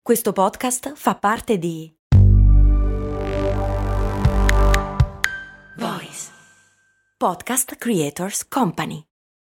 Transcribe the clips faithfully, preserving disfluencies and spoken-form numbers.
Questo podcast fa parte di Voice Podcast Creators Company.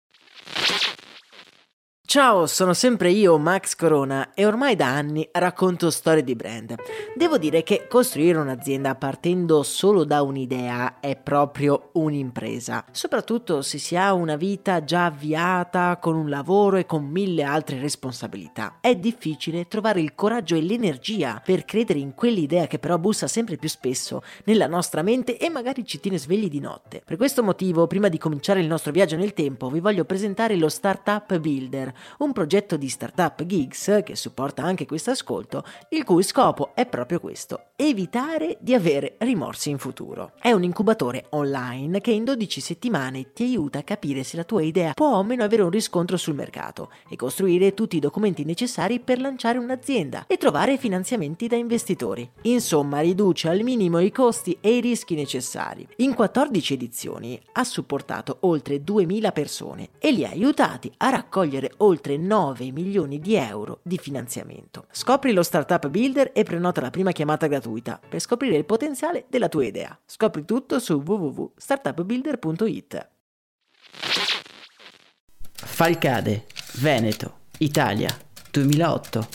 Ciao, sono sempre io, Max Corona, e ormai da anni racconto storie di brand. Devo dire che costruire un'azienda partendo solo da un'idea è proprio un'impresa, soprattutto se si ha una vita già avviata con un lavoro e con mille altre responsabilità. È difficile trovare il coraggio e l'energia per credere in quell'idea che però bussa sempre più spesso nella nostra mente e magari ci tiene svegli di notte. Per questo motivo, prima di cominciare il nostro viaggio nel tempo, vi voglio presentare lo Startup Builder, un progetto di Startup Geeks che supporta anche questo ascolto, il cui scopo è proprio questo: evitare di avere rimorsi in futuro. È un incubatore online che in dodici settimane ti aiuta a capire se la tua idea può o meno avere un riscontro sul mercato e costruire tutti i documenti necessari per lanciare un'azienda e trovare finanziamenti da investitori. Insomma, riduce al minimo i costi e i rischi necessari. In quattordici edizioni ha supportato oltre duemila persone e li ha aiutati a raccogliere oltre nove milioni di euro di finanziamento. Scopri lo Startup Builder e prenota la prima chiamata gratuita per scoprire il potenziale della tua idea. Scopri tutto su w w w punto startup builder punto i t. Falcade, Veneto, Italia, duemilaotto.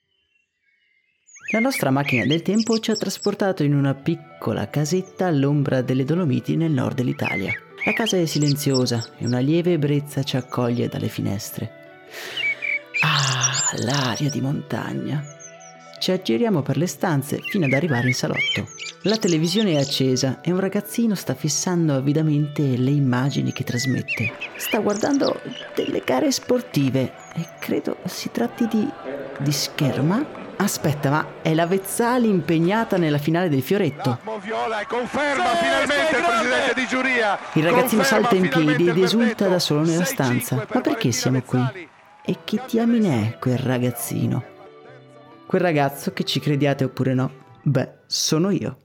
La nostra macchina del tempo ci ha trasportato in una piccola casetta all'ombra delle Dolomiti nel nord dell'Italia. La casa è silenziosa e una lieve ebbrezza ci accoglie dalle finestre. Ah, l'aria di montagna. Ci aggiriamo per le stanze fino ad arrivare in salotto. La televisione è accesa e un ragazzino sta fissando avidamente le immagini che trasmette. Sta guardando delle gare sportive e credo si tratti di... di scherma? Aspetta, ma è la Vezzali impegnata nella finale del Fioretto. Viola e conferma sì, finalmente il presidente di giuria. Il ragazzino Conferma salta in piedi ed esulta verdetto. da solo nella stanza. Per Ma perché siamo qui? E che diamine è quel ragazzino? Quel ragazzo che ci crediate oppure no? Beh, sono io.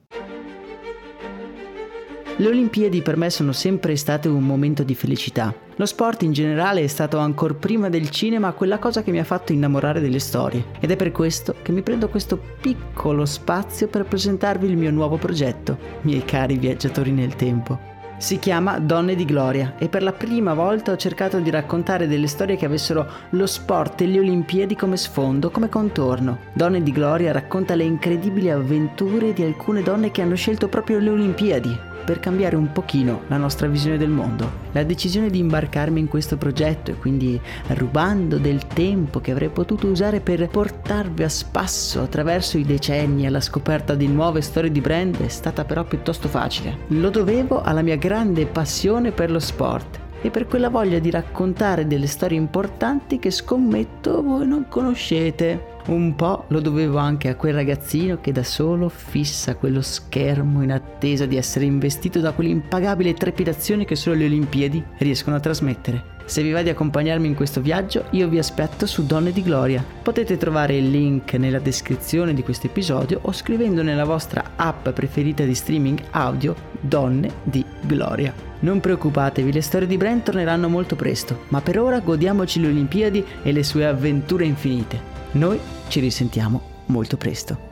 Le Olimpiadi per me sono sempre state un momento di felicità. Lo sport in generale è stato ancor prima del cinema quella cosa che mi ha fatto innamorare delle storie. Ed è per questo che mi prendo questo piccolo spazio per presentarvi il mio nuovo progetto, miei cari viaggiatori nel tempo. Si chiama Donne di Gloria e per la prima volta ho cercato di raccontare delle storie che avessero lo sport e le Olimpiadi come sfondo, come contorno. Donne di Gloria racconta le incredibili avventure di alcune donne che hanno scelto proprio le Olimpiadi per cambiare un pochino la nostra visione del mondo. La decisione di imbarcarmi in questo progetto e quindi rubando del tempo che avrei potuto usare per portarvi a spasso attraverso i decenni alla scoperta di nuove storie di brand è stata però piuttosto facile. Lo dovevo alla mia grande passione per lo sport e per quella voglia di raccontare delle storie importanti che scommetto voi non conoscete. Un po' lo dovevo anche a quel ragazzino che da solo fissa quello schermo in attesa di essere investito da quell'impagabile trepidazione che solo le Olimpiadi riescono a trasmettere. Se vi va di accompagnarmi in questo viaggio, io vi aspetto su Donne di Gloria. Potete trovare il link nella descrizione di questo episodio o scrivendo nella vostra app preferita di streaming audio Donne di Gloria. Non preoccupatevi, le storie di brand torneranno molto presto, ma per ora godiamoci le Olimpiadi e le sue avventure infinite. Noi ci risentiamo molto presto.